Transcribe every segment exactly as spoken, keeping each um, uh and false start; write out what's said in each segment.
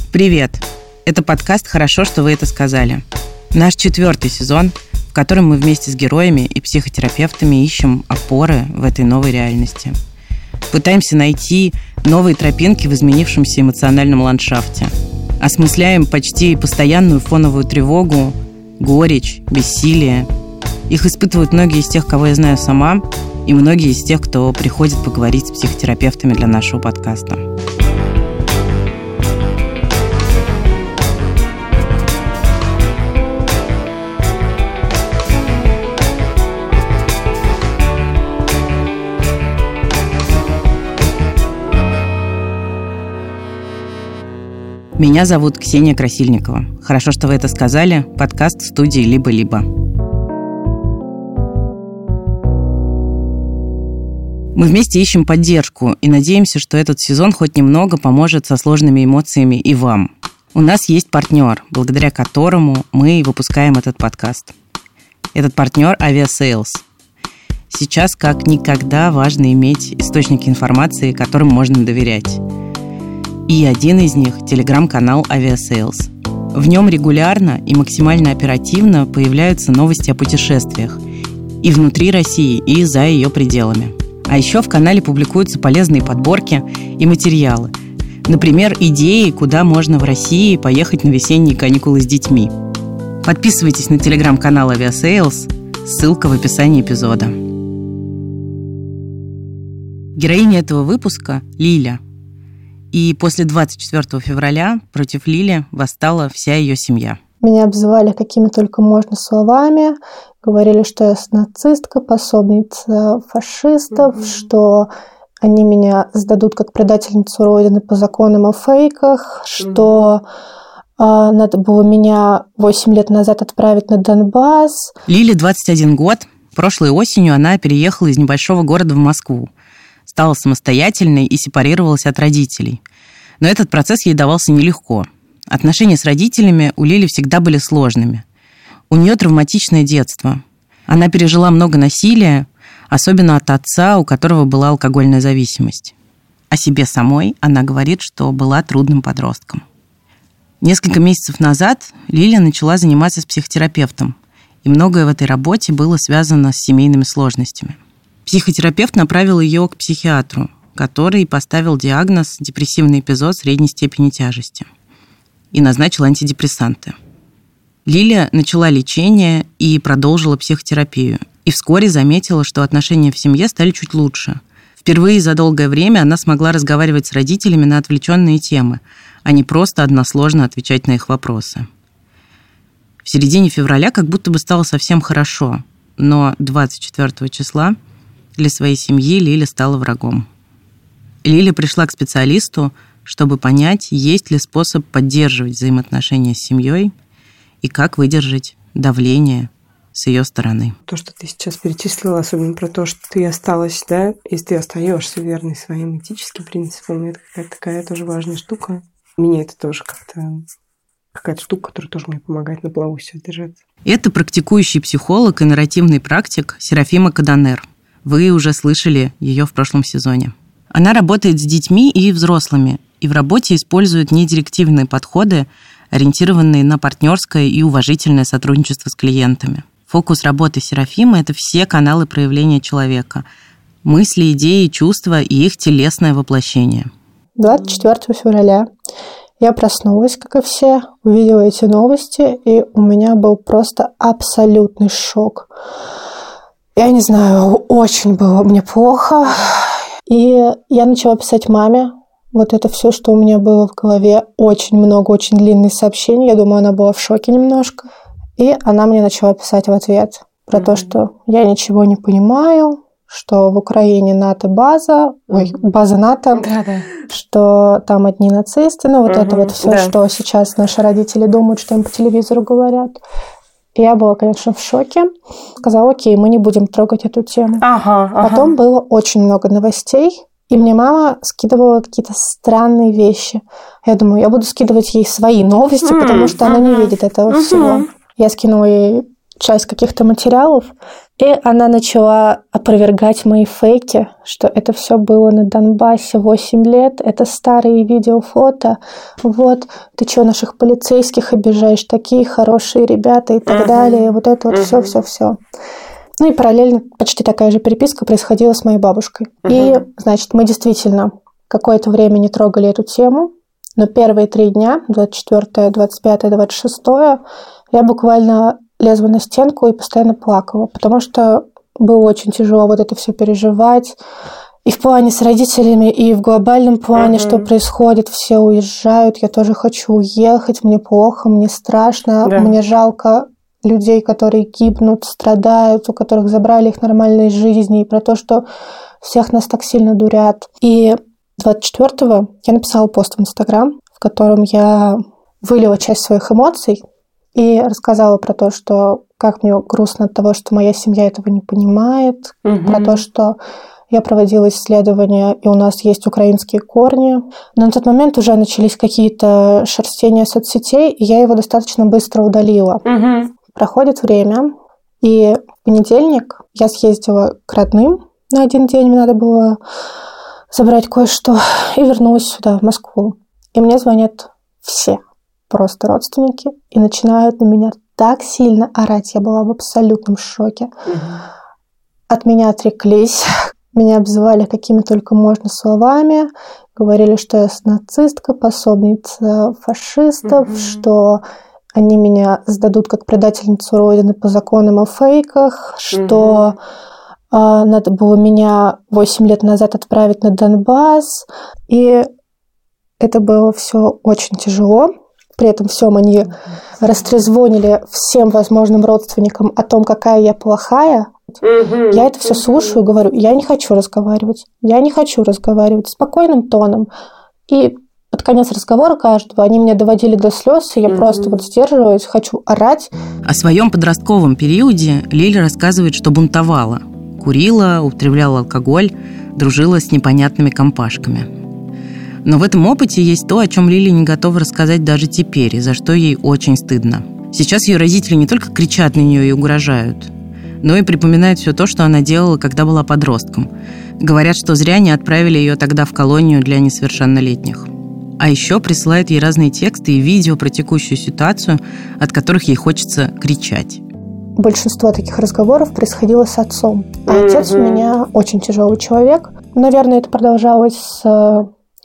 Привет! Это подкаст «Хорошо, что вы это сказали». Наш четвертый сезон, в котором мы вместе с героями и психотерапевтами ищем опоры в этой новой реальности. Пытаемся найти новые тропинки в изменившемся эмоциональном ландшафте. Осмысляем почти постоянную фоновую тревогу, горечь, бессилие. Их испытывают многие из тех, кого я знаю сама, и многие из тех, кто приходит поговорить с психотерапевтами для нашего подкаста. Меня зовут Ксения Красильникова. Хорошо, что вы это сказали. Подкаст студии «Либо-либо». Мы вместе ищем поддержку и надеемся, что этот сезон хоть немного поможет со сложными эмоциями и вам. У нас есть партнер, благодаря которому мы выпускаем этот подкаст. Этот партнер – Aviasales. Сейчас как никогда важно иметь источники информации, которым можно доверять. И один из них – телеграм-канал Aviasales. В нем регулярно и максимально оперативно появляются новости о путешествиях и внутри России, и за ее пределами. А еще в канале публикуются полезные подборки и материалы. Например, идеи, куда можно в России поехать на весенние каникулы с детьми. Подписывайтесь на телеграм-канал Aviasales, ссылка в описании эпизода. Героиня этого выпуска – Лиля. И после двадцать четвёртого февраля против Лили восстала вся ее семья. Меня обзывали какими только можно словами. Говорили, что я нацистка, пособница фашистов, mm-hmm. что они меня сдадут как предательницу Родины по законам о фейках, mm-hmm. что э, надо было меня восемь лет назад отправить на Донбасс. Лиле двадцать один год. Прошлой осенью она переехала из небольшого города в Москву. Стала самостоятельной и сепарировалась от родителей. Но этот процесс ей давался нелегко. Отношения с родителями у Лили всегда были сложными. У нее травматичное детство. Она пережила много насилия, особенно от отца, у которого была алкогольная зависимость. О себе самой она говорит, что была трудным подростком. Несколько месяцев назад Лиля начала заниматься с психотерапевтом, и многое в этой работе было связано с семейными сложностями. Психотерапевт направил ее к психиатру, который поставил диагноз депрессивный эпизод средней степени тяжести и назначил антидепрессанты. Лиля начала лечение и продолжила психотерапию, и вскоре заметила, что отношения в семье стали чуть лучше. Впервые за долгое время она смогла разговаривать с родителями на отвлеченные темы, а не просто односложно отвечать на их вопросы. В середине февраля как будто бы стало совсем хорошо, но двадцать четвёртого числа для своей семьи Лиля стала врагом. Лиля пришла к специалисту, чтобы понять, есть ли способ поддерживать взаимоотношения с семьей и как выдержать давление с ее стороны. То, что ты сейчас перечислила, особенно про то, что ты осталась, да, если ты остаешься верной своим этическим принципам, это какая-то такая тоже важная штука. Мне это тоже как-то какая-то штука, которая тоже мне помогает на плаву все держаться. Это практикующий психолог и нарративный практик Серафима Каданер. Вы уже слышали ее в прошлом сезоне. Она работает с детьми и взрослыми, и в работе использует недирективные подходы, ориентированные на партнерское и уважительное сотрудничество с клиентами. Фокус работы Серафимы – это все каналы проявления человека, мысли, идеи, чувства и их телесное воплощение. двадцать четвёртого февраля я проснулась, как и все, увидела эти новости, и у меня был просто абсолютный шок. Я не знаю, очень было мне плохо. И я начала писать маме. Вот это все, что у меня было в голове. Очень много, очень длинные сообщения. Я думаю, она была в шоке немножко. И она мне начала писать в ответ про mm-hmm. то, что я ничего не понимаю, что в Украине НАТО-база, ой, база НАТО, да-да. что там одни нацисты. Ну, вот mm-hmm. это вот все, да. что сейчас наши родители думают, что им по телевизору говорят. Я была, конечно, в шоке. Сказала, окей, мы не будем трогать эту тему. Ага, ага. Потом было очень много новостей, и мне мама скидывала какие-то странные вещи. Я думаю, я буду скидывать ей свои новости, mm-hmm. потому что она не видит этого mm-hmm. всего. Я скинула ей часть каких-то материалов, И она начала опровергать мои фейки, что это все было на Донбассе восемь лет, это старые видео, фото. Вот, ты что, наших полицейских обижаешь, такие хорошие ребята и так uh-huh. далее. Вот это вот uh-huh. все-все-все. Ну и параллельно почти такая же переписка происходила с моей бабушкой. Uh-huh. И, значит, мы действительно какое-то время не трогали эту тему, но первые три дня, двадцать четвёртое, двадцать пятое, двадцать шестое, я буквально лезла на стенку и постоянно плакала, потому что было очень тяжело вот это все переживать. И в плане с родителями, и в глобальном плане, uh-huh. что происходит. Все уезжают, я тоже хочу уехать, мне плохо, мне страшно, yeah. мне жалко людей, которые гибнут, страдают, у которых забрали их нормальные жизни, и про то, что всех нас так сильно дурят. И двадцать четвёртого я написала пост в Инстаграм, в котором я вылила часть своих эмоций, и рассказала про то, что как мне грустно от того, что моя семья этого не понимает, угу. про то, что я проводила исследования, и у нас есть украинские корни. Но на тот момент уже начались какие-то шерстения соцсетей, и я его достаточно быстро удалила. Угу. Проходит время, и в понедельник я съездила к родным на один день, мне надо было забрать кое-что, и вернулась сюда, в Москву. И мне звонят все. Просто родственники, и начинают на меня так сильно орать. Я была в абсолютном шоке. Угу. От меня отреклись, меня обзывали какими только можно словами, говорили, что я нацистка, пособница фашистов, угу. что они меня сдадут как предательницу Родины по законам о фейках, угу. что э, надо было меня восемь лет назад отправить на Донбасс. И это было все очень тяжело. При этом всем они растрезвонили всем возможным родственникам о том, какая я плохая. Mm-hmm. Я это все слушаю и говорю, я не хочу разговаривать. Я не хочу разговаривать спокойным тоном. И под конец разговора каждого они меня доводили до слез, и я mm-hmm. просто вот сдерживаюсь, хочу орать. О своем подростковом периоде Лиля рассказывает, что бунтовала. Курила, употребляла алкоголь, дружила с непонятными компашками. Но в этом опыте есть то, о чем Лиля не готова рассказать даже теперь, и за что ей очень стыдно. Сейчас ее родители не только кричат на нее и угрожают, но и припоминают все то, что она делала, когда была подростком. Говорят, что зря не отправили ее тогда в колонию для несовершеннолетних. А еще присылают ей разные тексты и видео про текущую ситуацию, от которых ей хочется кричать. Большинство таких разговоров происходило с отцом. А mm-hmm. отец у меня очень тяжелый человек. Наверное, это продолжалось с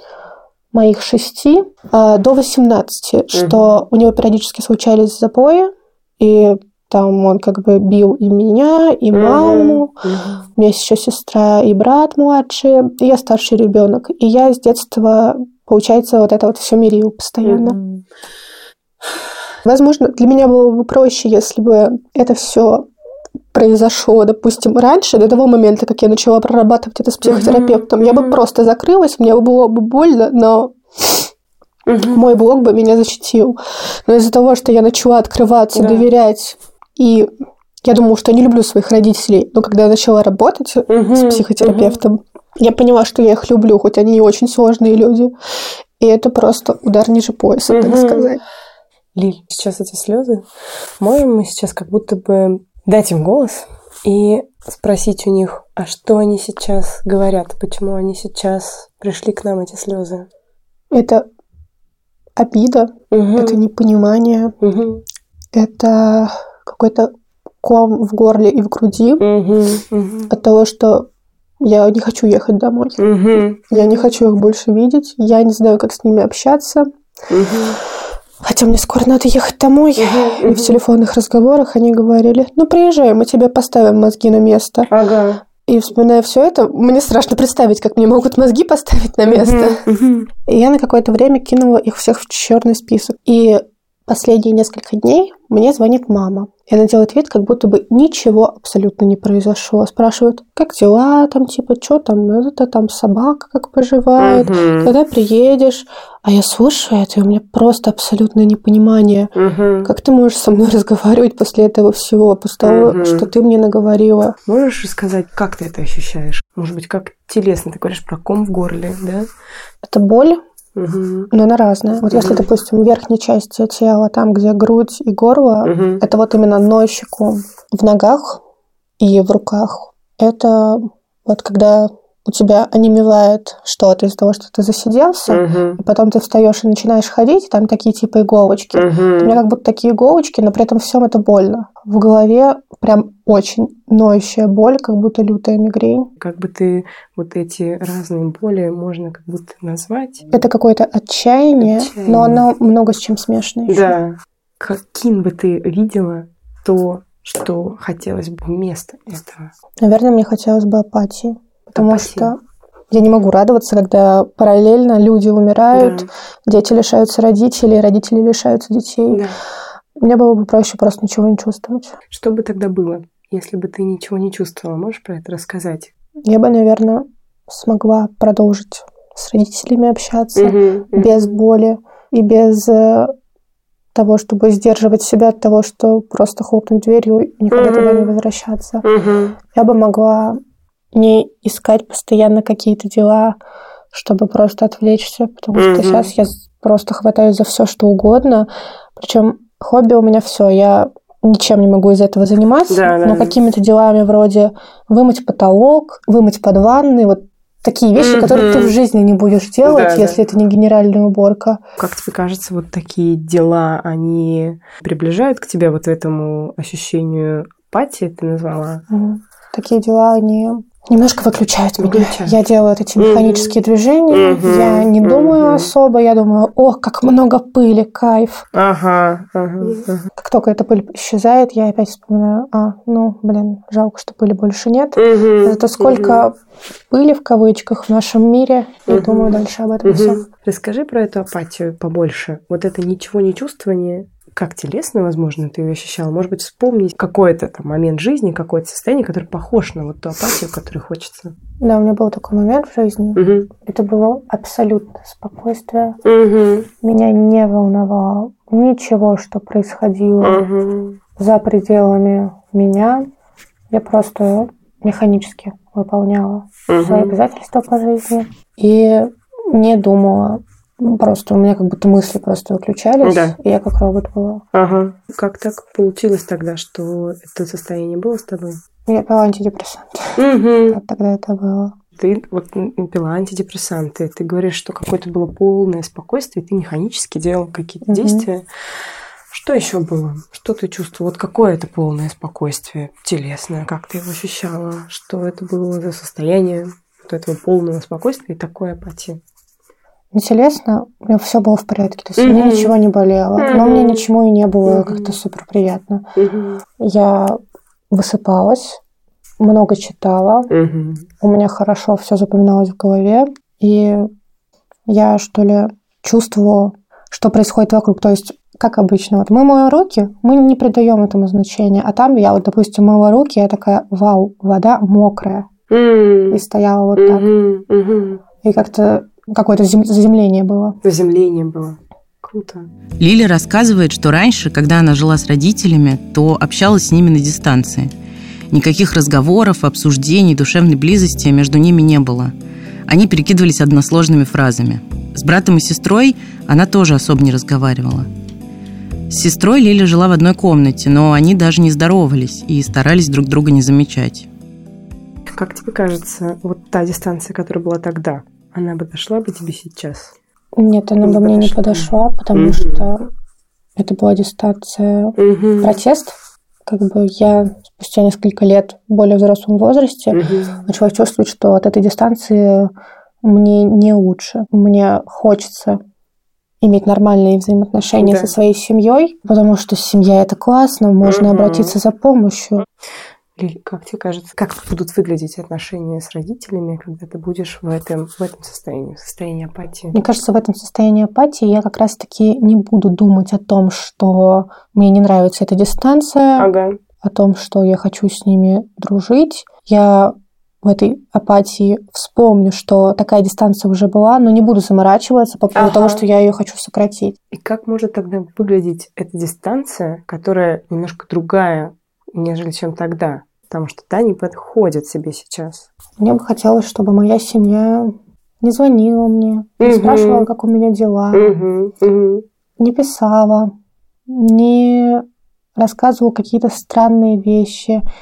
моих шести до восемнадцати, mm-hmm. что у него периодически случались запои, и там он как бы бил и меня, и маму. Mm-hmm. У меня есть еще сестра и брат младший, и я старший ребенок. И я с детства, получается, вот это вот все мирила постоянно. Mm-hmm. Возможно, для меня было бы проще, если бы это все произошло, допустим, раньше, до того момента, как я начала прорабатывать это с психотерапевтом. Mm-hmm. Я бы просто закрылась, мне было бы больно, но mm-hmm. мой блог бы меня защитил. Но из-за того, что я начала открываться, yeah. доверять, и я думала, что я не люблю своих родителей, но когда я начала работать mm-hmm. с психотерапевтом, mm-hmm. я поняла, что я их люблю, хоть они и очень сложные люди. И это просто удар ниже пояса, mm-hmm. так сказать. Лиль, сейчас эти слезы, можем мы сейчас как будто бы дать им голос и спросить у них, а что они сейчас говорят, почему они сейчас пришли к нам, эти слезы? Это обида, угу. это непонимание, угу. это какой-то ком в горле и в груди угу. Угу. от того, что я не хочу ехать домой, угу. я не хочу их больше видеть, я не знаю, как с ними общаться. Угу. Хотя мне скоро надо ехать домой. Uh-huh, uh-huh. И в телефонных разговорах они говорили, ну, приезжай, мы тебе поставим мозги на место. Ага. И вспоминая все это, мне страшно представить, как мне могут мозги поставить на место. Uh-huh, uh-huh. И я на какое-то время кинула их всех в черный список. И последние несколько дней мне звонит мама. И она делает вид, как будто бы ничего абсолютно не произошло. Спрашивают, как дела там, типа, что там, это там собака как поживает, uh-huh. когда приедешь. А я слушаю это, и у меня просто абсолютное непонимание. Uh-huh. Как ты можешь со мной разговаривать после этого всего, после того, uh-huh. что ты мне наговорила? Можешь рассказать, как ты это ощущаешь? Может быть, как телесно? Ты говоришь про ком в горле, да? Это боль. Uh-huh. Но она разная. Вот uh-huh. если, допустим, в верхней части тела, там, где грудь и горло, uh-huh. это вот именно ноющий ком. В ногах и в руках. Это вот когда у тебя онемевает что-то из-за того, что ты засиделся, Угу. и потом ты встаешь и начинаешь ходить, и там такие типа иголочки. Угу. У меня как будто такие иголочки, но при этом всем это больно. В голове прям очень ноющая боль, как будто лютая мигрень. Как бы ты вот эти разные боли можно как будто назвать? Это какое-то отчаяние, Отчаяние. но оно много с чем смешано еще. Да. Каким бы ты видела то, что хотелось бы вместо этого? Наверное, мне хотелось бы апатии. Потому Апатии. что я не могу радоваться, когда параллельно люди умирают, Да. дети лишаются родителей, родители лишаются детей. Да. Мне было бы проще просто ничего не чувствовать. Что бы тогда было, если бы ты ничего не чувствовала? Можешь про это рассказать? Я бы, наверное, смогла продолжить с родителями общаться Мгм, мгм. без боли и без э, того, чтобы сдерживать себя от того, что просто хлопнуть дверью и никогда Мгм. туда не возвращаться. Мгм. Я бы могла не искать постоянно какие-то дела, чтобы просто отвлечься, потому что Мгм. сейчас я с- просто хватаюсь за все, что угодно. Причем хобби у меня все. Я ничем не могу из этого заниматься, Да, да, но да. какими-то делами вроде вымыть потолок, вымыть под ванной, вот такие вещи, Мгм. которые ты в жизни не будешь делать, Да, да. если это не генеральная уборка. Как тебе кажется, вот такие дела, они приближают к тебе вот этому ощущению апатии, ты назвала? Мгм. Такие дела, они немножко выключают меня. Выключают. Я делаю вот эти Мгм. механические движения, Мгм. я не думаю Мгм. особо, я думаю, ох, как много пыли, кайф. Ага, ага, ага. Как только эта пыль исчезает, я опять вспоминаю, а, ну, блин, жалко, что пыли больше нет. Мгм. Зато сколько пыли, в кавычках, в нашем мире, и Мгм. думаю дальше об этом Мгм. все. Расскажи про эту апатию побольше. Вот это ничего не чувствование, как телесно, возможно, ты ее ощущала. Может быть, вспомнить какой-то там момент жизни, какое-то состояние, которое похоже на вот ту апатию, которую хочется. Да, у меня был такой момент в жизни. Мгм. Это было абсолютное спокойствие. Мгм. Меня не волновало ничего, что происходило Мгм. за пределами меня. Я просто механически выполняла свои Мгм. обязательства по жизни и не думала. Ну, Просто у меня как будто мысли просто выключались, Да. и я как робот была. Ага. Как так получилось тогда, что это состояние было с тобой? Я пила антидепрессанты. Мгм. Вот тогда это было. Ты вот м, пила антидепрессанты, ты говоришь, что какое-то было полное спокойствие, ты механически делал какие-то Мгм. действия. Что еще было? Что ты чувствовал? Вот какое это полное спокойствие телесное? Как ты его ощущала? Что это было за состояние вот этого полного спокойствия и такой апатии? Интересно, у меня все было в порядке. То есть у меня Мгм. ничего не болело, но Мгм. мне ничего и не было Мгм. как-то супер приятно. Мгм. Я высыпалась, много читала, Мгм. у меня хорошо все запоминалось в голове, и я, что ли, чувствовала, что происходит вокруг. То есть, как обычно, вот мы моем руки, мы не придаем этому значения, а там я вот, допустим, мыла руки, я такая, вау, вода мокрая, М. и стояла вот так. Мгм. Мгм. И как-то какое-то зем- заземление было. Заземление было. Круто. Лиля рассказывает, что раньше, когда она жила с родителями, то общалась с ними на дистанции. Никаких разговоров, обсуждений, душевной близости между ними не было. Они перекидывались односложными фразами. С братом и сестрой она тоже особо не разговаривала. С сестрой Лиля жила в одной комнате, но они даже не здоровались и старались друг друга не замечать. Как тебе кажется, вот та дистанция, которая была тогда, она бы дошла бы тебе сейчас? Нет, она Не бы мне не подошла. подошла, потому Мгм. что это была дистанция Мгм. протест. Как бы я спустя несколько лет в более взрослом возрасте Мгм. начала чувствовать, что от этой дистанции мне не лучше. Мне хочется иметь нормальные взаимоотношения Да. со своей семьей, потому что семья — это классно, можно Мгм. обратиться за помощью. Лиль, как тебе кажется, как будут выглядеть отношения с родителями, когда ты будешь в этом, в этом состоянии, в состоянии апатии? Мне кажется, в этом состоянии апатии я как раз-таки не буду думать о том, что мне не нравится эта дистанция, Ага. о том, что я хочу с ними дружить. Я в этой апатии вспомню, что такая дистанция уже была, но не буду заморачиваться по поводу Ага. того, что я ее хочу сократить. И как может тогда выглядеть эта дистанция, которая немножко другая, нежели чем тогда? Потому что та не подходит себе сейчас. Мне бы хотелось, чтобы моя семья не звонила мне, не Мгм. спрашивала, как у меня дела, Мгм. Мгм. не писала, не рассказывала какие-то странные вещи,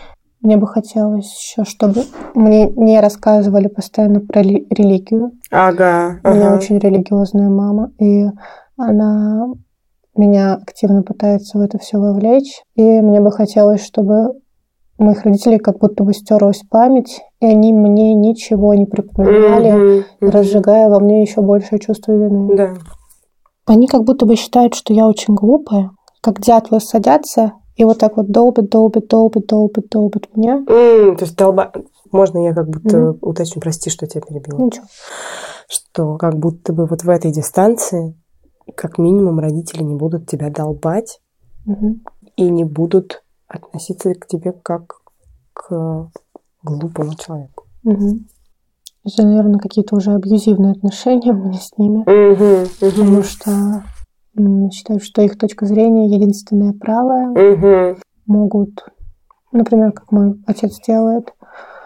мне бы хотелось еще, чтобы мне не рассказывали постоянно про религию. Ага, У меня ага. очень религиозная мама, и она меня активно пытается в это все вовлечь. И мне бы хотелось, чтобы у моих родителей как будто бы стерлась память, и они мне ничего не припоминали, Мгм, мгм. разжигая во мне еще большее чувство вины. Да. Они как будто бы считают, что я очень глупая, как дятлы садятся и вот так вот долбят, долбят, долбят, долбят, долбят меня. М, то есть долба... Можно я как будто Мгм. уточню, прости, что я тебя перебила. Ничего. Что как будто бы вот в этой дистанции как минимум родители не будут тебя долбать Мгм. и не будут относиться к тебе как к глупому человеку. Мгм. Это, наверное, какие-то уже абьюзивные отношения у меня с ними, Мгм, потому мгм, что м, считают, что их точка зрения единственная правая. мгм. Могут, например, как мой отец делает,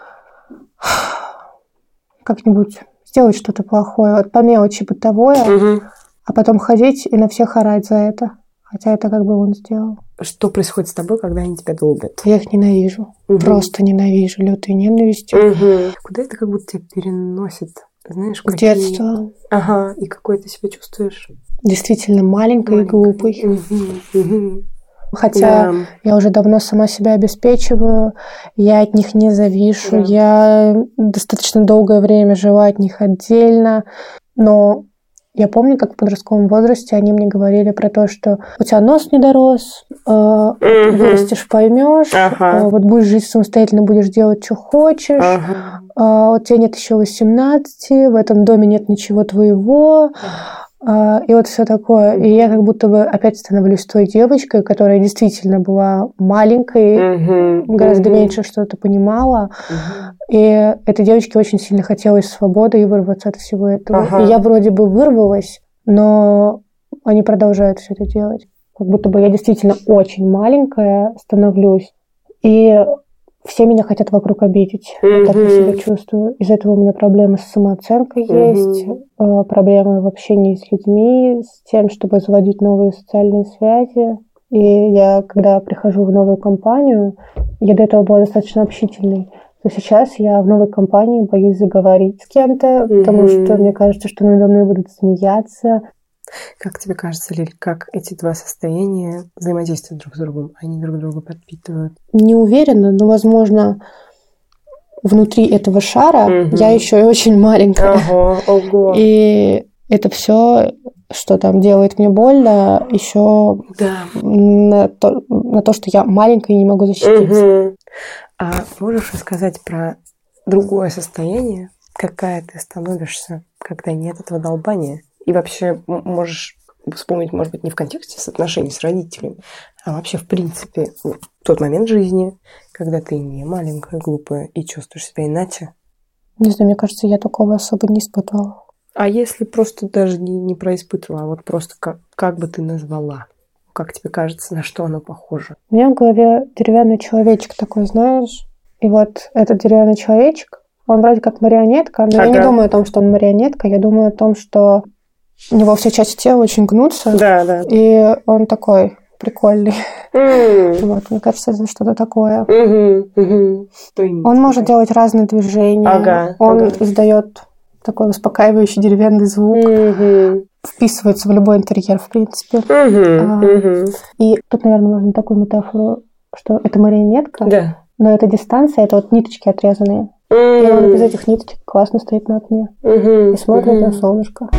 как-нибудь сделать что-то плохое, вот по мелочи бытовое, Мгм. а потом ходить и на всех орать за это. Хотя это как бы он сделал. Что происходит с тобой, когда они тебя долбят? Я их ненавижу. Мгм. Просто ненавижу. Лютой ненавистью. Мгм. Куда это как будто тебя переносит? Знаешь, В какие- детство Ага, и какой ты себя чувствуешь? действительно маленькой и глупой. Мгм, мгм. Хотя Да. я уже давно сама себя обеспечиваю, я от них не завишу, Да. я достаточно долгое время жила от них отдельно, но я помню, как в подростковом возрасте они мне говорили про то, что у тебя нос не дорос, э, Мгм. вырастешь, поймешь, Ага. э, вот будешь жить самостоятельно, будешь делать, что хочешь, Ага. а, у тебя нет еще восемнадцати, в этом доме нет ничего твоего, а, и вот все такое. И я как будто бы опять становлюсь той девочкой, которая действительно была маленькой, Мгм, гораздо мгм. меньше что-то понимала. Мгм. И этой девочке очень сильно хотелось свободы и вырваться от всего этого. Ага. И я вроде бы вырвалась, но они продолжают все это делать. Как будто бы я действительно очень маленькая становлюсь. И все меня хотят вокруг обидеть. Я так я Мгм. себя чувствую. Из-за этого у меня проблемы с самооценкой Мгм. есть, э, проблемы в общении с людьми, с тем, чтобы заводить новые социальные связи. И я, когда прихожу в новую компанию, я до этого была достаточно общительной, то сейчас я в новой компании боюсь заговорить с кем-то, потому Мгм. что мне кажется, что надо мной будут смеяться. Как тебе кажется, Лиль, как эти два состояния взаимодействуют друг с другом? Они друг друга подпитывают? Не уверена, но, возможно, внутри этого шара Мгм. я еще и очень маленькая. Ого, ого. И это все, что там делает мне больно, еще Да. на то, на то, что я маленькая и не могу защититься. Мгм. А можешь рассказать про другое состояние? Какая ты становишься, когда нет этого долбания? И вообще м- можешь вспомнить, может быть, не в контексте с отношений с родителями, а вообще, в принципе, в тот момент жизни, когда ты не маленькая, глупая и чувствуешь себя иначе. Не знаю, мне кажется, я такого особо не испытывала. А если просто даже не, не происпытывала, а вот просто как, как бы ты назвала? Как тебе кажется, на что оно похоже? У меня в голове деревянный человечек такой, знаешь. И вот этот деревянный человечек, он вроде как марионетка, но я не Ага. думаю о том, что он марионетка. Я думаю о том, что у него все части тела очень гнутся. Да, да. И он такой прикольный. М. Вот, мне кажется, это что-то такое. Мгм, мгм. Что именно Он тебе может кажется? делать разные движения. Ага, Он ага. издает такой успокаивающий деревянный звук. Мгм. Вписывается в любой интерьер, в принципе. Мгм, А, мгм. И тут, наверное, можно такую метафору, что это марионетка, Да. но эта дистанция, это вот ниточки отрезанные. И он без этих ниточек классно стоит на окне Мгм, и смотрит мгм. на солнышко.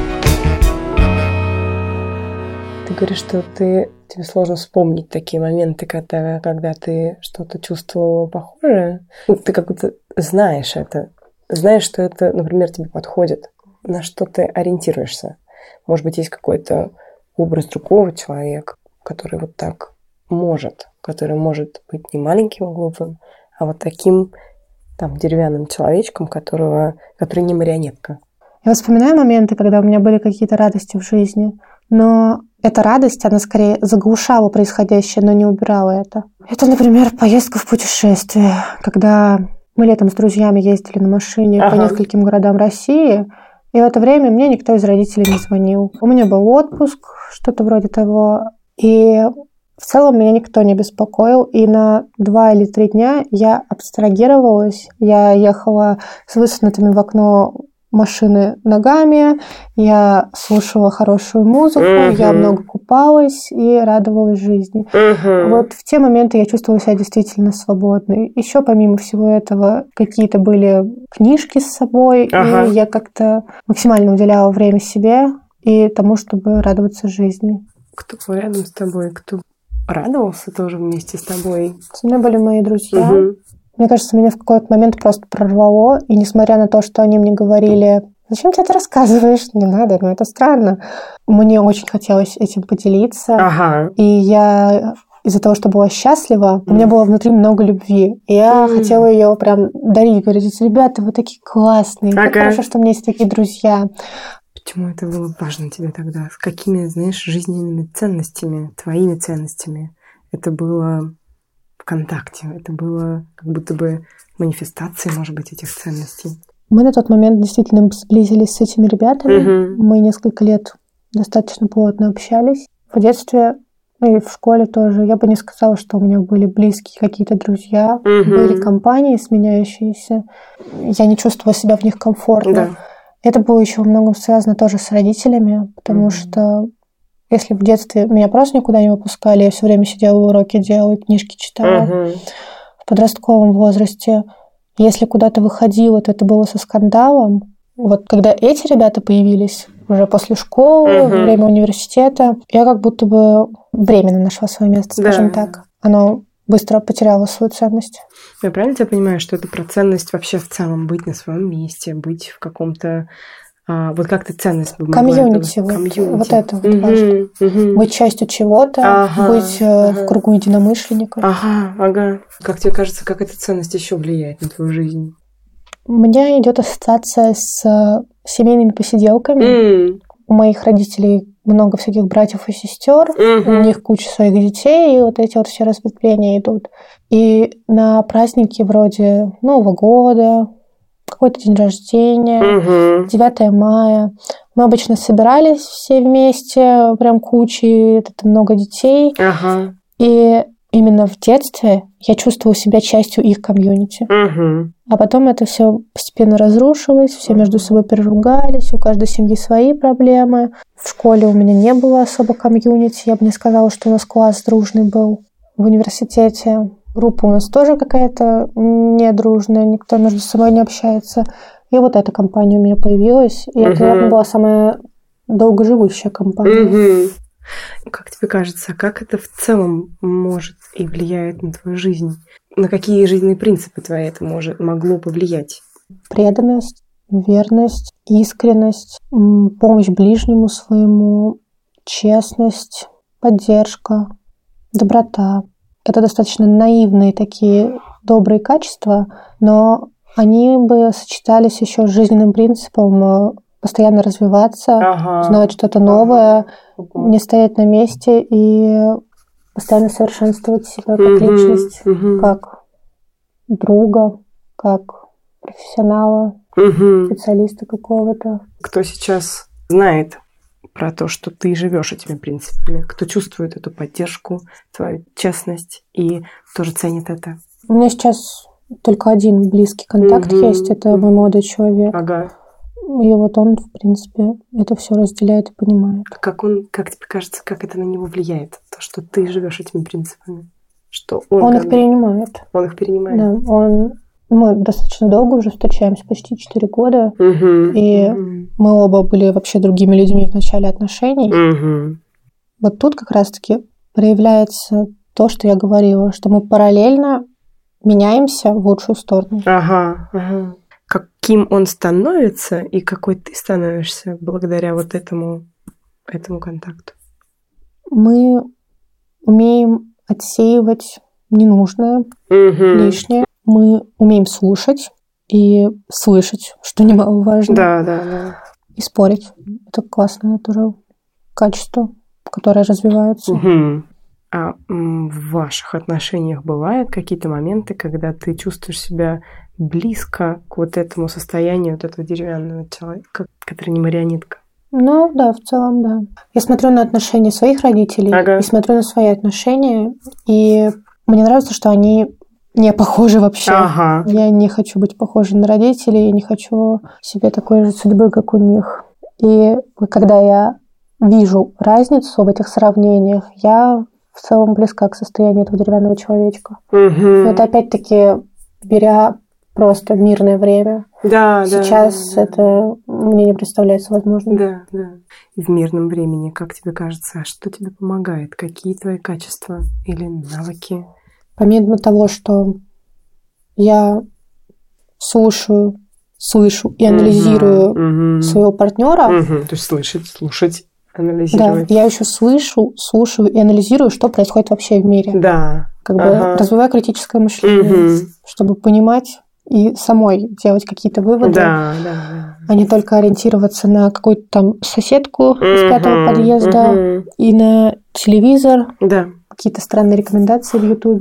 Ты говоришь, что ты, тебе сложно вспомнить такие моменты, когда, когда ты что-то чувствовала похожее. Ну, ты как будто знаешь это. Знаешь, что это, например, тебе подходит. На что ты ориентируешься. Может быть, есть какой-то образ другого человека, который вот так может, который может быть не маленьким и глупым, а вот таким там деревянным человечком, которого, который не марионетка. Я вспоминаю моменты, когда у меня были какие-то радости в жизни, но эта радость, она скорее заглушала происходящее, но не убирала это. Это, например, поездка в путешествие, когда мы летом с друзьями ездили на машине Ага. по нескольким городам России, и в это время мне никто из родителей не звонил. У меня был отпуск, что-то вроде того, и В целом меня никто не беспокоил, и на два или три дня я абстрагировалась. Я ехала с высунутыми в окно машины ногами, я слушала хорошую музыку, uh-huh. я много купалась и радовалась жизни. Uh-huh. Вот в те моменты я чувствовала себя действительно свободной. Еще помимо всего этого какие-то были книжки с собой, uh-huh. и я как-то максимально уделяла время себе и тому, чтобы радоваться жизни. Кто был рядом с тобой? Кто радовался тоже вместе с тобой? Со мной были мои друзья. Uh-huh. Мне кажется, меня в какой-то момент просто прорвало, и несмотря на то, что они мне говорили: «Зачем ты это рассказываешь? Не надо, ну это странно». Мне очень хотелось этим поделиться. Ага. И я из-за того, что была счастлива, у меня было внутри много любви. И я mm. хотела ее прям дарить, говорить: «Ребята, вы такие классные, ага. как хорошо, что у меня есть такие друзья». Почему это было важно тебе тогда? С какими, знаешь, жизненными ценностями, твоими ценностями это было в контакте? Это было как будто бы манифестацией, может быть, этих ценностей? Мы на тот момент действительно сблизились с этими ребятами. Uh-huh. Мы несколько лет достаточно плотно общались. В детстве и в школе тоже. Я бы не сказала, что у меня были близкие какие-то друзья. Uh-huh. Были компании сменяющиеся. Я не чувствовала себя в них комфортно. Uh-huh. Это было еще во многом связано тоже с родителями, потому uh-huh. что если в детстве меня просто никуда не выпускали, я все время сидела, уроки делала, книжки читала. Uh-huh. В подростковом возрасте, если куда-то выходила, то это было со скандалом. Вот когда эти ребята появились уже после школы, uh-huh. во время университета, я как будто бы временно нашла свое место, скажем да. так. Оно быстро потеряло свою ценность. Я правильно тебя понимаю, что это про ценность вообще в целом? Быть на своем месте, быть в каком-то... А, вот как ты ценность бы могла... Комьюнити. Вот, вот это вот uh-huh. важно. Uh-huh. Быть частью чего-то, ага, быть ага. в кругу единомышленников. Ага, ага. Как тебе кажется, как эта ценность еще влияет на твою жизнь? У меня идет ассоциация с семейными посиделками. Mm. У моих родителей много всяких братьев и сестер, uh-huh. у них куча своих детей, и вот эти вот все разветвления идут. И на праздники вроде Нового года, какой-то день рождения, uh-huh. девятое мая, мы обычно собирались все вместе, прям кучей, это много детей. Uh-huh. И именно в детстве я чувствовала себя частью их комьюнити. Uh-huh. А потом это все постепенно разрушилось, все между собой переругались, у каждой семьи свои проблемы. В школе у меня не было особо комьюнити, я бы не сказала, что у нас класс дружный был. В университете группа у нас тоже какая-то недружная, никто между собой не общается. И вот эта компания у меня появилась, и uh-huh. это, наверное, была самая долгоживущая компания. Uh-huh. Как тебе кажется, как это в целом может и влияет на твою жизнь? На какие жизненные принципы твои это может, могло повлиять? Преданность, верность, искренность, помощь ближнему своему, честность, поддержка, доброта. Это достаточно наивные такие добрые качества, но они бы сочетались еще с жизненным принципом постоянно развиваться, ага. узнавать что-то новое, ага. не стоять на месте и постоянно совершенствовать себя как угу, личность, угу. как друга, как профессионала, угу. специалиста какого-то. Кто сейчас знает про то, что ты живешь этими принципами, кто чувствует эту поддержку, твою честность и тоже ценит это? У меня сейчас только один близкий контакт угу. есть, это мой молодой человек. Ага. И вот он, в принципе, это все разделяет и понимает. Как он, как тебе кажется, как это на него влияет? То, что ты живешь этими принципами? Что он он как... их перенимает. Он их перенимает? Да, он... Мы достаточно долго уже встречаемся, почти четыре года. Uh-huh. И uh-huh. мы оба были вообще другими людьми в начале отношений. Uh-huh. Вот тут как раз-таки проявляется то, что я говорила, что мы параллельно меняемся в лучшую сторону. Ага, ага. Каким он становится и какой ты становишься благодаря вот этому, этому контакту? Мы умеем отсеивать ненужное, угу. лишнее. Мы умеем слушать и слышать, что немаловажно. Да, да, да. И спорить. Это классное тоже качество, которое развивается. Угу. А в ваших отношениях бывают какие-то моменты, когда ты чувствуешь себя близко к вот этому состоянию вот этого деревянного человека, который не марионетка? Ну, да, в целом, да. Я смотрю на отношения своих родителей ага. и смотрю на свои отношения, и мне нравится, что они не похожи вообще. Ага. Я не хочу быть похожей на родителей, я не хочу себе такой же судьбы, как у них. И когда я вижу разницу в этих сравнениях, я в целом близка к состоянию этого деревянного человечка. Угу. Но это опять-таки беря просто мирное время. Да, Сейчас да, да, это мне не представляется возможным. Да, да. И в мирном времени, как тебе кажется, что тебе помогает? Какие твои качества или навыки? Помимо того, что я слушаю, слышу и анализирую угу, своего партнера. Угу. То есть слышать, слушать, анализировать. Да, я еще слышу, слушаю и анализирую, что происходит вообще в мире. Да. Как бы ага. развиваю критическое мышление, угу. чтобы понимать и самой делать какие-то выводы, да, да, да. а не только ориентироваться на какую-то там соседку угу, из пятого подъезда угу. и на телевизор, да. какие-то странные рекомендации в Ютубе.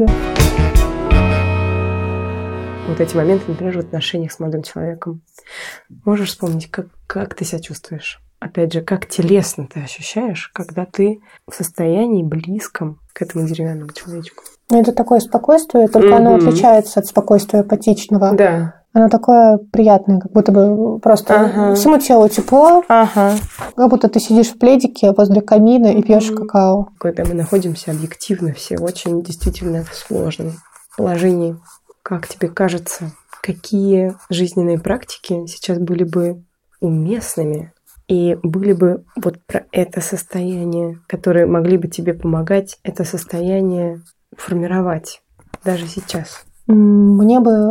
Вот эти моменты, например, в отношениях с молодым человеком. Можешь вспомнить, как, как ты себя чувствуешь? Опять же, как телесно ты ощущаешь, когда ты в состоянии близком к этому деревянному человечку? Ну, это такое спокойствие, только mm-hmm. оно отличается от спокойствия апатичного. Да. Оно такое приятное, как будто бы просто ага. всему телу тепло, ага. как будто ты сидишь в пледике возле камина и пьешь mm-hmm. какао. Когда мы находимся объективно все в очень действительно сложном положении. Как тебе кажется, какие жизненные практики сейчас были бы уместными и были бы вот про это состояние, которые могли бы тебе помогать это состояние формировать даже сейчас? Мне бы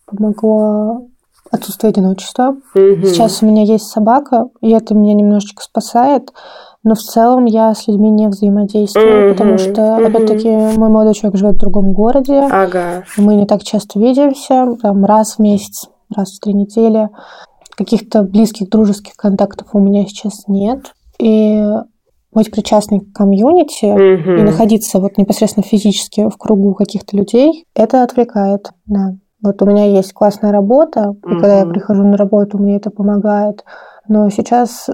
помогло отсутствие одиночества. Угу. Сейчас у меня есть собака, и это меня немножечко спасает. Но в целом я с людьми не взаимодействую, uh-huh, потому что, uh-huh. опять-таки, мой молодой человек живет в другом городе. Ага. Мы не так часто видимся, там, раз в месяц, раз в три недели. Каких-то близких дружеских контактов у меня сейчас нет. И быть причастной к комьюнити uh-huh. и находиться вот непосредственно физически в кругу каких-то людей, это отвлекает, да. Вот у меня есть классная работа, и uh-huh. когда я прихожу на работу, мне это помогает. Но сейчас э,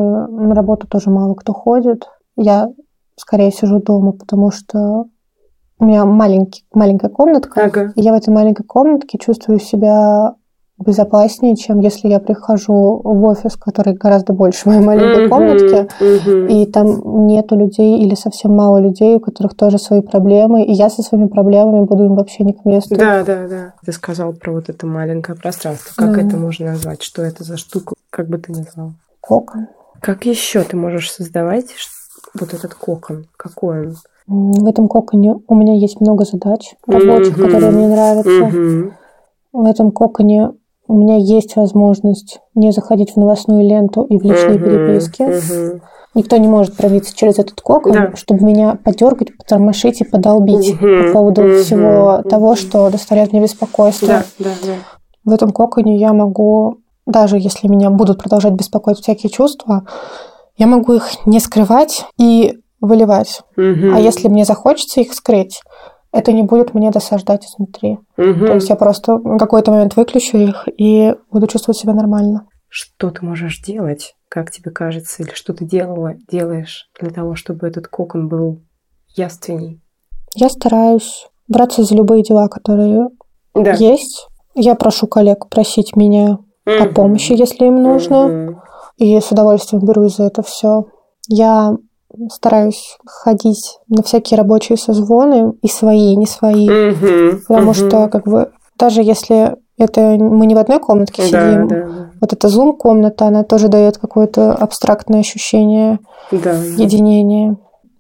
на работу тоже мало кто ходит. Я скорее сижу дома, потому что у меня маленький, маленькая комнатка. Ага. И я в этой маленькой комнатке чувствую себя безопаснее, чем если я прихожу в офис, который гораздо больше моей маленькой uh-huh, комнатки, uh-huh. и там нету людей или совсем мало людей, у которых тоже свои проблемы, и я со своими проблемами буду им вообще не к месту. Да, да, да. Ты сказал про вот это маленькое пространство. Как да. это можно назвать? Что это за штука? Как бы ты назвал? Кокон. Как еще ты можешь создавать вот этот кокон? Какой он? В этом коконе у меня есть много задач рабочих, uh-huh. которые мне нравятся. Uh-huh. В этом коконе у меня есть возможность не заходить в новостную ленту и в личные uh-huh, переписки. Uh-huh. Никто не может пробиться через этот кокон, да. чтобы меня подергать, потормошить и подолбить uh-huh, по поводу uh-huh, всего uh-huh. того, что доставляет мне беспокойство. Да, да, да. В этом коконе я могу, даже если меня будут продолжать беспокоить всякие чувства, я могу их не скрывать и выливать. Uh-huh. А если мне захочется их скрыть, это не будет мне досаждать изнутри. Угу. То есть я просто в какой-то момент выключу их и буду чувствовать себя нормально. Что ты можешь делать, как тебе кажется, или что ты делала, делаешь для того, чтобы этот кокон был явственней? Я стараюсь браться за любые дела, которые да. есть. Я прошу коллег просить меня угу. о помощи, если им нужно. Угу. И с удовольствием берусь за это все. Я стараюсь ходить на всякие рабочие созвоны, и свои, и не свои. Uh-huh, потому uh-huh. что, как бы, даже если это мы не в одной комнатке сидим, да, да. вот эта зум-комната, она тоже дает какое-то абстрактное ощущение да, единения.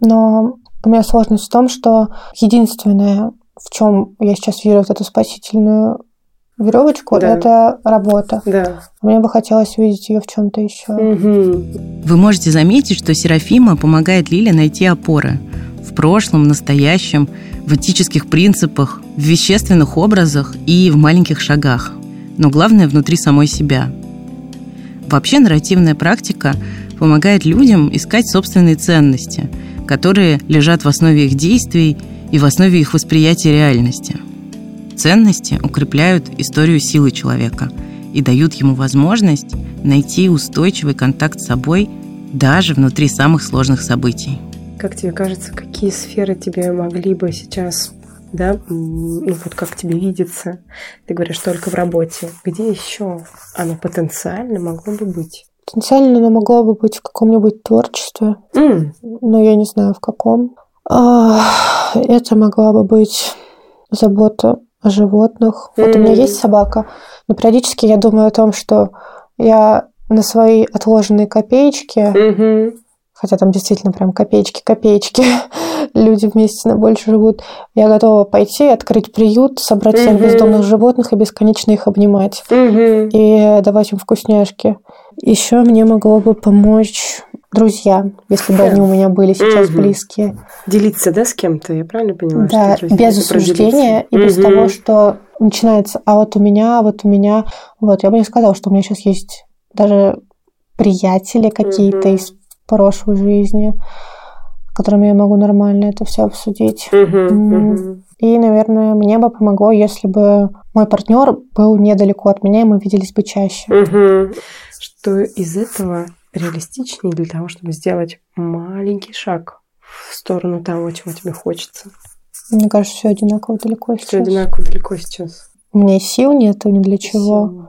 Но у меня сложность в том, что единственное, в чем я сейчас вижу вот эту спасительную веревочку, да. это работа. Да. Мне бы хотелось увидеть ее в чем-то еще. Угу. Вы можете заметить, что Серафима помогает Лиле найти опоры в прошлом, настоящем, в этических принципах, в вещественных образах и в маленьких шагах. Но главное, внутри самой себя. Вообще, нарративная практика помогает людям искать собственные ценности, которые лежат в основе их действий и в основе их восприятия реальности. Ценности укрепляют историю силы человека и дают ему возможность найти устойчивый контакт с собой даже внутри самых сложных событий. Как тебе кажется, какие сферы тебе могли бы сейчас, да, ну вот как тебе видится, ты говоришь только в работе, где еще оно потенциально могло бы быть? Потенциально оно могло бы быть в каком-нибудь творчестве, Mm. но я не знаю в каком. Это могла бы быть забота о животных. Вот mm. у меня есть собака, но периодически я думаю о том, что я на свои отложенные копеечки, Mm-hmm. хотя там действительно прям копеечки-копеечки, люди вместе на больше живут, я готова пойти, открыть приют, собрать всех mm-hmm. бездомных животных и бесконечно их обнимать. Mm-hmm. И давать им вкусняшки. Еще мне могло бы помочь друзья, если бы они у меня были сейчас mm-hmm. близкие. Делиться, да, с кем-то, я правильно поняла? Да, что без осуждения и без mm-hmm. того, что начинается, а вот у меня, а вот у меня. Вот, я бы не сказала, что у меня сейчас есть даже приятели какие-то mm-hmm. из прошлой жизни, с которыми я могу нормально это все обсудить. Uh-huh, uh-huh. И, наверное, мне бы помогло, если бы мой партнер был недалеко от меня, и мы виделись бы чаще. Uh-huh. Что из этого реалистичнее для того, чтобы сделать маленький шаг в сторону того, чего тебе хочется? Мне кажется, все одинаково далеко сейчас. Все одинаково далеко сейчас. У меня сил нет ни для чего. Сил.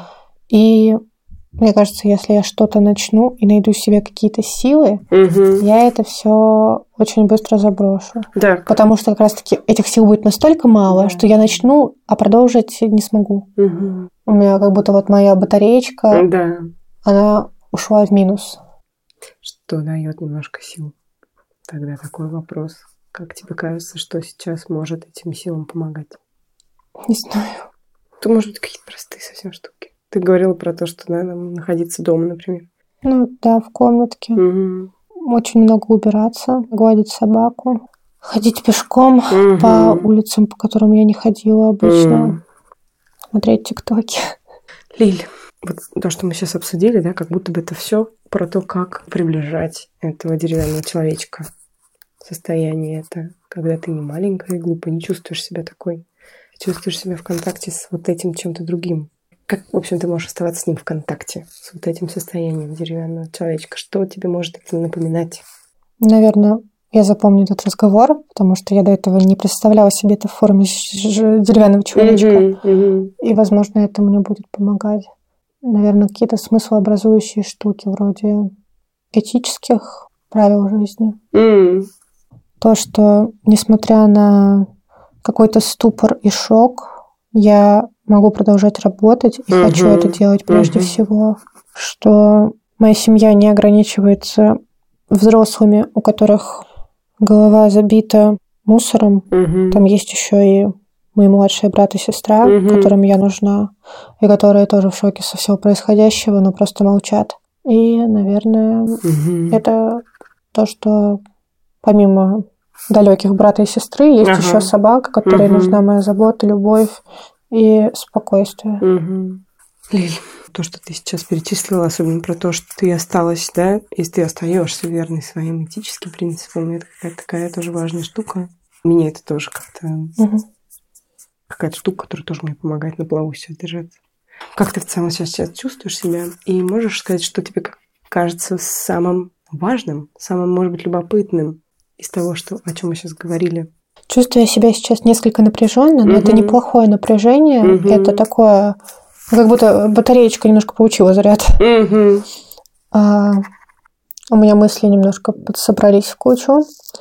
И мне кажется, если я что-то начну и найду в себе какие-то силы, угу. я это все очень быстро заброшу. Да. Потому что как раз-таки этих сил будет настолько мало, да. что я начну, а продолжить не смогу. Угу. У меня как будто вот моя батареечка, да. она ушла в минус. Что дает немножко сил? Тогда такой вопрос. Как тебе кажется, что сейчас может этим силам помогать? Не знаю. Это, может быть, какие-то простые совсем штуки. Ты говорила про то, что надо находиться дома, например. Ну да, в комнатке. Угу. Очень много убираться, гладить собаку, ходить пешком угу. по улицам, по которым я не ходила обычно, угу. смотреть тиктоки. Лиль, вот то, что мы сейчас обсудили, да, как будто бы это все про то, как приближать этого деревянного человечка. Состояние это, когда ты не маленькая и глупая, не чувствуешь себя такой, чувствуешь себя в контакте с вот этим чем-то другим. Как, в общем, ты можешь оставаться с ним в контакте, с вот этим состоянием деревянного человечка? Что тебе может это напоминать? Наверное, я запомню этот разговор, потому что я до этого не представляла себе это в форме деревянного человечка. Mm-hmm, mm-hmm. И, возможно, это мне будет помогать. Наверное, какие-то смыслообразующие штуки вроде этических правил жизни. Mm. То, что, несмотря на какой-то ступор и шок, я могу продолжать работать и uh-huh. хочу это делать прежде uh-huh. всего. Что моя семья не ограничивается взрослыми, у которых голова забита мусором. Uh-huh. Там есть еще и мои младшие брат и сестра, uh-huh. которым я нужна, и которые тоже в шоке со всего происходящего, но просто молчат. И, наверное, uh-huh. это то, что помимо далеких брата и сестры есть uh-huh. еще собака, которой uh-huh. нужна моя забота, любовь и спокойствие. Uh-huh. Лиль, то, что ты сейчас перечислила, особенно про то, что ты осталась, да, если ты остаешься верной своим этическим принципам, это какая-то такая тоже важная штука. Мне это тоже как-то uh-huh. какая-то штука, которая тоже мне помогает на плаву сейчас держаться. Как ты в целом сейчас, сейчас чувствуешь себя? И можешь сказать, что тебе кажется самым важным, самым, может быть, любопытным из того, что, о чем мы сейчас говорили? Чувствую себя сейчас несколько напряженно, но uh-huh. это неплохое напряжение. Uh-huh. Это такое, как будто батареечка немножко получила заряд. Uh-huh. А, у меня мысли немножко собрались в кучу.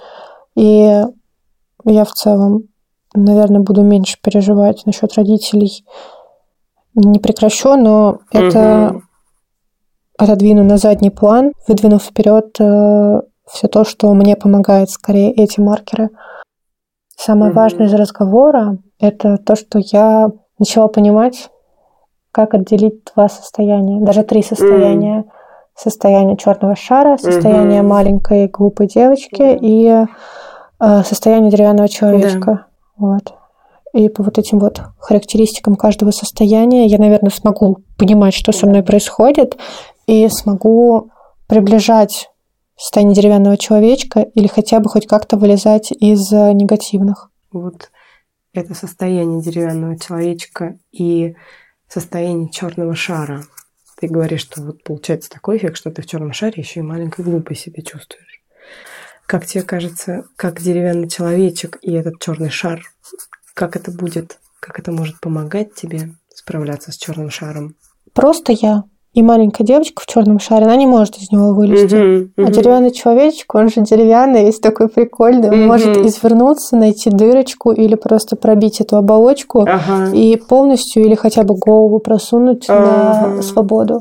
И я в целом, наверное, буду меньше переживать насчет родителей. Не прекращу, но uh-huh. это отодвину на задний план, выдвинув вперед э, все то, что мне помогает, скорее, эти маркеры. Самое mm-hmm. важное из разговора – это то, что я начала понимать, как отделить два состояния, даже три состояния. Mm-hmm. Состояние черного шара, состояние mm-hmm. маленькой глупой девочки mm-hmm. и э, состояние деревянного человечка. Yeah. Вот. И по вот этим вот характеристикам каждого состояния я, наверное, смогу понимать, что со мной происходит, и смогу приближать состояние деревянного человечка или хотя бы хоть как-то вылезать из негативных. Вот это состояние деревянного человечка и состояние черного шара. Ты говоришь, что вот получается такой эффект, что ты в черном шаре еще и маленькой глупой себя чувствуешь. Как тебе кажется, как деревянный человечек и этот черный шар, как это будет, как это может помогать тебе справляться с черным шаром? Просто я и маленькая девочка в черном шаре, она не может из него вылезти. Uh-huh, uh-huh. А деревянный человечек, он же деревянный, весь такой прикольный, он uh-huh. может извернуться, найти дырочку или просто пробить эту оболочку uh-huh. и полностью или хотя бы голову просунуть uh-huh. на свободу.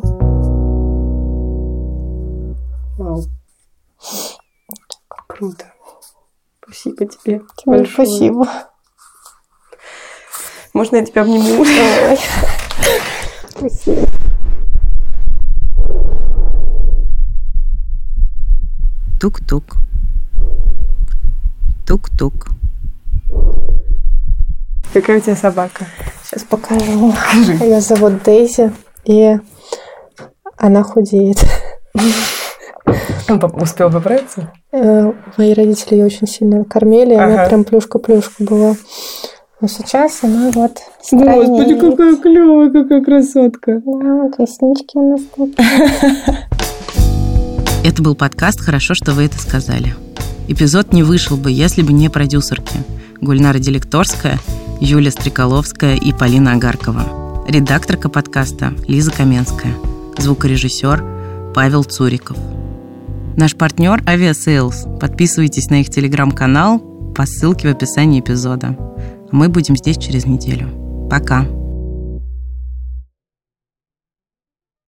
Вау. Круто. Спасибо тебе. Тебе большое. Спасибо. Можно я тебя обниму? Давай. Спасибо. Тук-тук. Тук-тук. Какая у тебя собака? Сейчас покажу. Ее зовут Дейзи, и она худеет. Он успел поправиться? Мои родители ее очень сильно кормили, ага. Она прям плюшка-плюшка была. Но сейчас она вот стройнее. Господи, какая клевая, какая красотка. Да, коснички у нас такие. Это был подкаст «Хорошо, что вы это сказали». Эпизод не вышел бы, если бы не продюсерки Гульнара Делекторская, Юлия Стрекаловская и Полина Агаркова. Редакторка подкаста Лиза Каменская. Звукорежиссер Павел Цуриков. Наш партнер Авиасейлс. Подписывайтесь на их телеграм-канал по ссылке в описании эпизода. Мы будем здесь через неделю. Пока.